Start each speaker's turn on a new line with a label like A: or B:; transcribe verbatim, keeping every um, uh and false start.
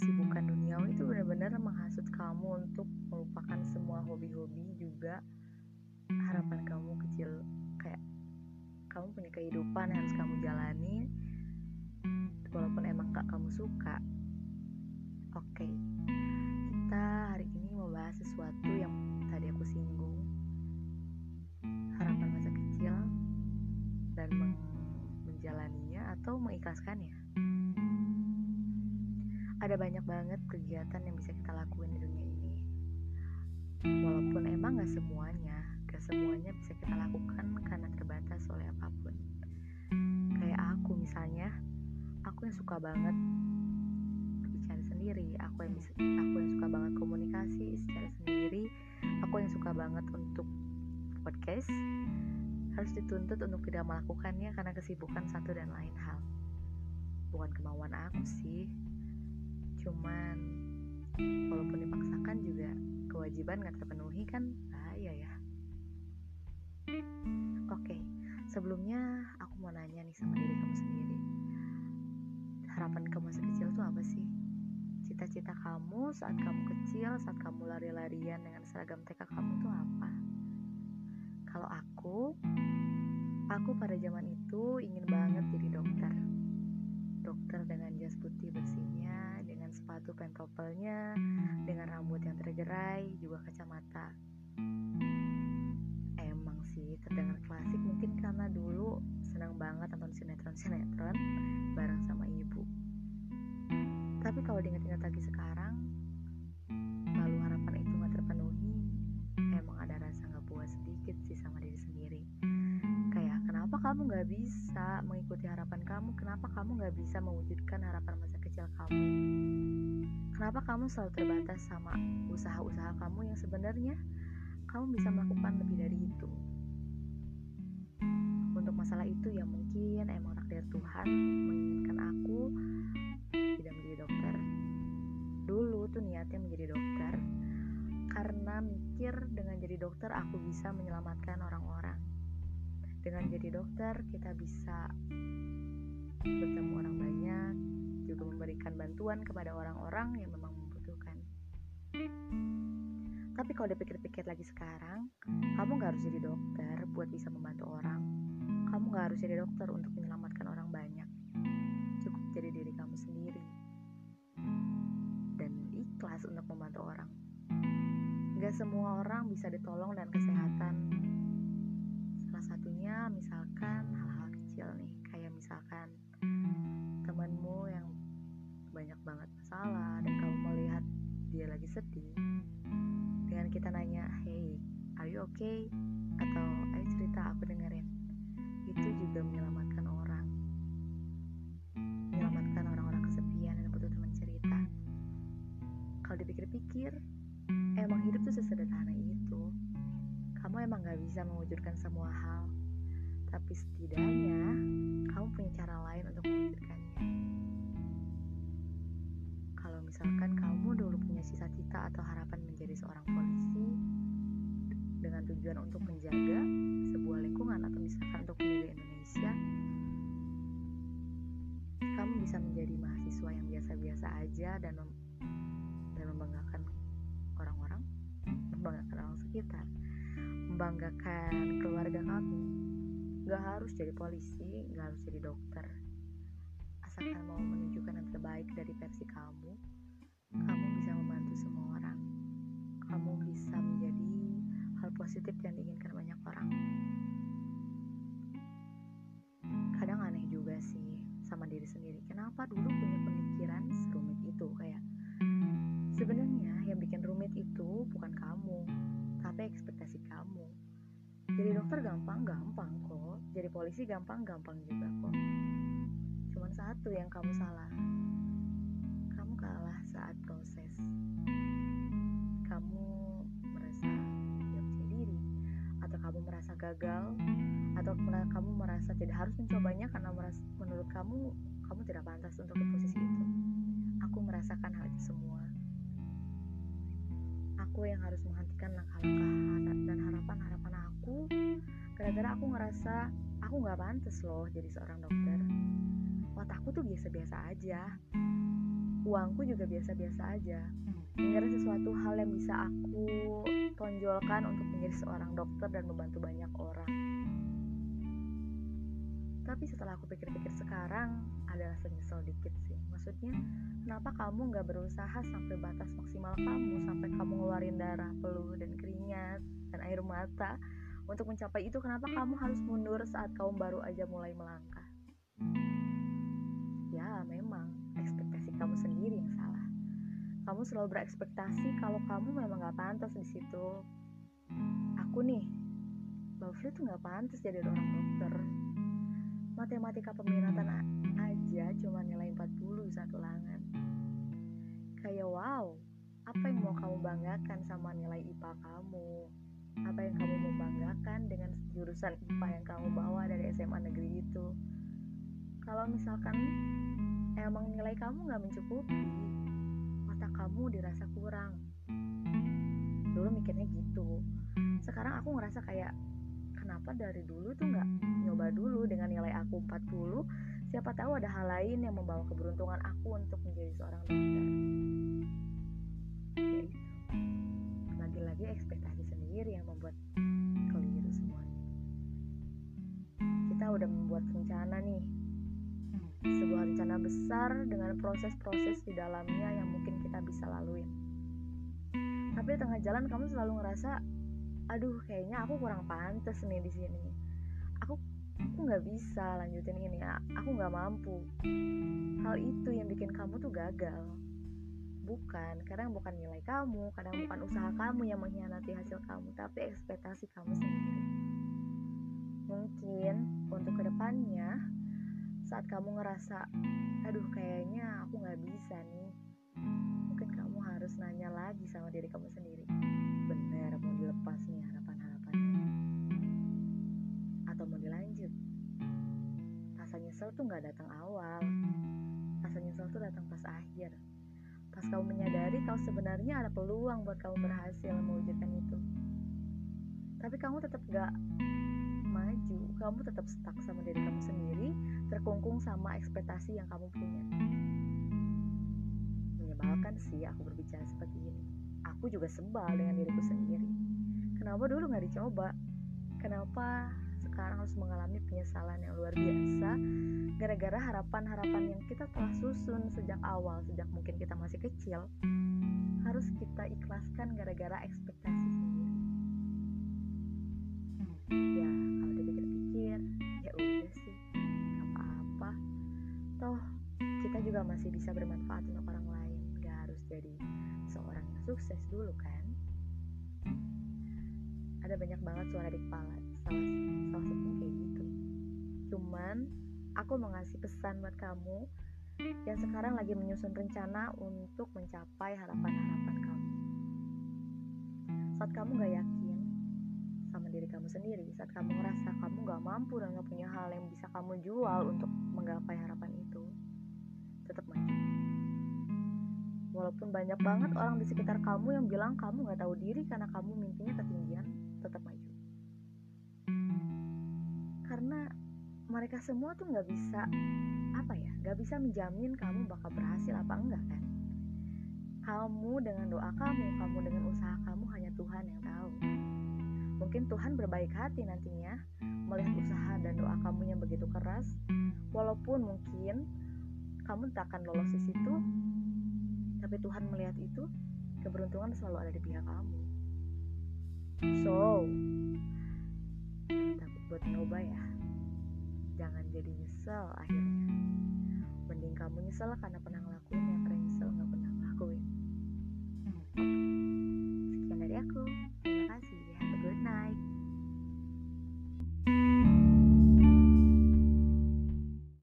A: kesibukan duniawi itu benar-benar menghasut kamu untuk melupakan semua hobi-hobi, juga harapan kamu kecil, kayak kamu punya kehidupan yang harus kamu jalani walaupun emang gak kamu suka. Oke, kita hari ini mau bahas sesuatu yang tadi aku singgung, harapan masa kecil dan meng- menjalaninya atau mengikhlaskannya. Ada banyak banget kegiatan yang bisa kita lakuin di dunia ini, walaupun emang gak semuanya gak semuanya bisa kita lakukan karena terbatas oleh apapun. Kayak aku misalnya, aku yang suka banget berbicara sendiri, aku yang bisa, aku yang suka banget komunikasi secara sendiri, aku yang suka banget untuk podcast, harus dituntut untuk tidak melakukannya karena kesibukan satu dan lain hal. Bukan kemauan aku sih, cuman walaupun dipaksakan juga kewajiban gak terpenuhi kan bahaya ya. Oke, sebelumnya aku mau nanya nih sama diri kamu sendiri, harapan kamu masa kecil tuh apa sih? Cita-cita kamu saat kamu kecil, saat kamu lari-larian dengan seragam T K kamu tuh apa? Kalau aku, aku pada zaman itu ingin banget jadi dokter. Dokter dengan jas putih bersihnya, dengan sepatu pentopelnya, dengan rambut yang tergerai, juga kacamata. Emang sih terdengar klasik mungkin karena dulu senang banget nonton sinetron-sinetron bareng sama ibu. Tapi kalau diingat-ingat lagi sekarang, lalu harapan itu gak terpenuhi, emang ada rasa gak puas sedikit sih sama diri sendiri. Kayak kenapa kamu gak bisa mengikuti harapan kamu? Kenapa kamu gak bisa mewujudkan harapan masa kecil kamu? Kenapa kamu selalu terbatas sama usaha-usaha kamu yang sebenarnya kamu bisa melakukan lebih dari itu? Untuk masalah itu ya mungkin emang takdir Tuhan menginginkan aku tidak menjadi dokter. Dulu tuh niatnya menjadi dokter karena mikir dengan jadi dokter aku bisa menyelamatkan orang-orang. Dengan jadi dokter kita bisa bertemu orang banyak, juga memberikan bantuan kepada orang-orang yang memang membutuhkan. Tapi kalau dipikir-pikir lagi sekarang, kamu gak harus jadi dokter buat bisa membantu orang. Kamu gak harus jadi dokter untuk menyelamatkan orang banyak. Cukup jadi diri kamu sendiri dan ikhlas untuk membantu orang. Gak semua orang bisa ditolong dan kesehatan. Salah satunya misalkan hal-hal kecil nih, kayak misalkan temanmu yang banyak banget masalah dan kamu melihat dia lagi sedih, dengan kita nanya, hey, are you okay? Atau ayo cerita, aku dengerin. Itu juga menyelamatkan orang, menyelamatkan orang-orang kesepian dan butuh teman cerita. Kalau dipikir-pikir, emang hidup tuh sesederhana itu. Kamu emang gak bisa mewujudkan semua hal, tapi setidaknya kamu punya cara lain untuk mewujudkannya. Kalau misalkan kamu dulu punya cita-cita atau harapan menjadi seorang polisi dengan tujuan untuk menjaga sebuah lingkungan atau misalkan untuk menjaga Indonesia, kamu bisa menjadi mahasiswa yang biasa-biasa aja dan mem- dan membanggakan orang-orang, membanggakan orang sekitar, membanggakan keluarga kamu. Gak harus jadi polisi, gak harus jadi dokter. Asalkan mau menunjukkan yang terbaik dari versi kamu, kamu bisa membantu semua orang. Kamu bisa menjadi hal positif yang diinginkan banyak orang. Kadang aneh juga sih sama diri sendiri, kenapa dulu punya pemikiran serumit itu. Kayak sebenarnya yang bikin rumit itu bukan kamu, tapi ekspektasi kamu. Jadi dokter gampang-gampang kok, jadi polisi gampang-gampang juga kok. Cuman satu yang kamu salah, kamu kalah saat proses. Kamu merasa tidak percaya diri, atau kamu merasa gagal, atau kamu merasa tidak harus mencobanya karena merasa, menurut kamu kamu tidak pantas untuk di posisi itu. Aku merasakan hal itu semua. Aku yang harus menghentikan langkah-langkah dan harapan-harapan aku gara-gara aku ngerasa aku gak pantas loh jadi seorang dokter. Otakku tuh biasa-biasa aja. uangku juga biasa-biasa aja. Nggak ada sesuatu hal yang bisa aku tonjolkan untuk menjadi seorang dokter dan membantu banyak orang. Tapi setelah aku pikir-pikir sekarang, ada rasa nyesel dikit sih. Maksudnya, kenapa kamu gak berusaha sampai batas maksimal kamu, sampai kamu ngeluarin darah, peluh, dan keringat, dan air mata untuk mencapai itu? Kenapa kamu harus mundur saat kamu baru aja mulai melangkah? Ya, memang ekspektasi kamu sendiri yang salah. Kamu selalu berekspektasi kalau kamu memang gak pantas di situ. Aku nih, Lovely tuh gak pantas jadi orang dokter. Matematika peminatan aja cuma nilai empat puluh satu ulangan. Kayak wow, apa yang mau kamu banggakan sama nilai I P A kamu? Apa yang kamu mau banggakan dengan jurusan I P A yang kamu bawa dari S M A negeri itu? Kalau misalkan emang nilai kamu gak mencukupi, otak kamu dirasa kurang. Dulu mikirnya gitu. Sekarang aku ngerasa kayak, kenapa dari dulu tuh gak nyoba dulu dengan nilai aku empat puluh? Siapa tahu ada hal lain yang membawa keberuntungan aku untuk menjadi seorang dokter. Ya itu, lagi-lagi ekspektasi sendiri yang membuat keliru semuanya. Kita udah membuat rencana nih, sebuah rencana besar dengan proses-proses di dalamnya yang mungkin kita bisa laluin. Tapi di tengah jalan kamu selalu ngerasa, aduh kayaknya aku kurang pantas nih di sini. Aku aku nggak bisa lanjutin ini, aku nggak mampu. Hal itu yang bikin kamu tuh gagal. Bukan, kadang bukan nilai kamu, kadang bukan usaha kamu yang mengkhianati hasil kamu, tapi ekspektasi kamu sendiri. Mungkin untuk kedepannya, saat kamu ngerasa, aduh kayaknya aku nggak bisa nih, mungkin kamu harus nanya lagi sama diri kamu sendiri, bener mau dilepas nih harapan-harapannya, atau mau dilanjut? Rasa nyesel tuh nggak datang awal, rasa nyesel tuh datang pas akhir, pas kamu menyadari kalau sebenarnya ada peluang buat kamu berhasil mewujudkan itu, tapi kamu tetap gak maju, kamu tetap stuck sama diri kamu sendiri, terkungkung sama ekspektasi yang kamu punya. Menyebalkan sih aku berbicara seperti ini. Aku juga sebal dengan diriku sendiri. Kenapa dulu gak dicoba? Kenapa sekarang harus mengalami penyesalan yang luar biasa gara-gara harapan-harapan yang kita telah susun sejak awal, sejak mungkin kita masih kecil, harus kita ikhlaskan gara-gara ekspektasi sendiri. Ya, kalau dipikir-pikir, ya udah sih, gak apa-apa. Toh, kita juga masih bisa bermanfaat untuk orang lain, gak harus jadi seorang yang sukses dulu kan. Ada banyak banget suara di kepala, salah, salah satunya kayak gitu. Cuman, aku mau ngasih pesan buat kamu yang sekarang lagi menyusun rencana untuk mencapai harapan-harapan kamu. Saat kamu gak yakin sama diri kamu sendiri, saat kamu ngerasa kamu gak mampu dan gak punya hal yang bisa kamu jual untuk menggapai harapan itu, tetap maju. Walaupun banyak banget orang di sekitar kamu yang bilang kamu gak tahu diri karena kamu mimpinya ketinggian, tetap maju. Karena mereka semua tuh gak bisa, apa ya, gak bisa menjamin kamu bakal berhasil apa enggak kan. Kamu dengan doa kamu, kamu dengan usaha kamu, hanya Tuhan yang tahu. Mungkin Tuhan berbaik hati nantinya melihat usaha dan doa kamu yang begitu keras, walaupun mungkin kamu tak akan lolos di situ, tapi Tuhan melihat itu, keberuntungan selalu ada di pihak kamu. So, jangan takut buat nyoba ya. Jangan jadi nyesel akhirnya. Mending kamu nyesel karena pernah ngelakuinnya, karena nyesel gak pernah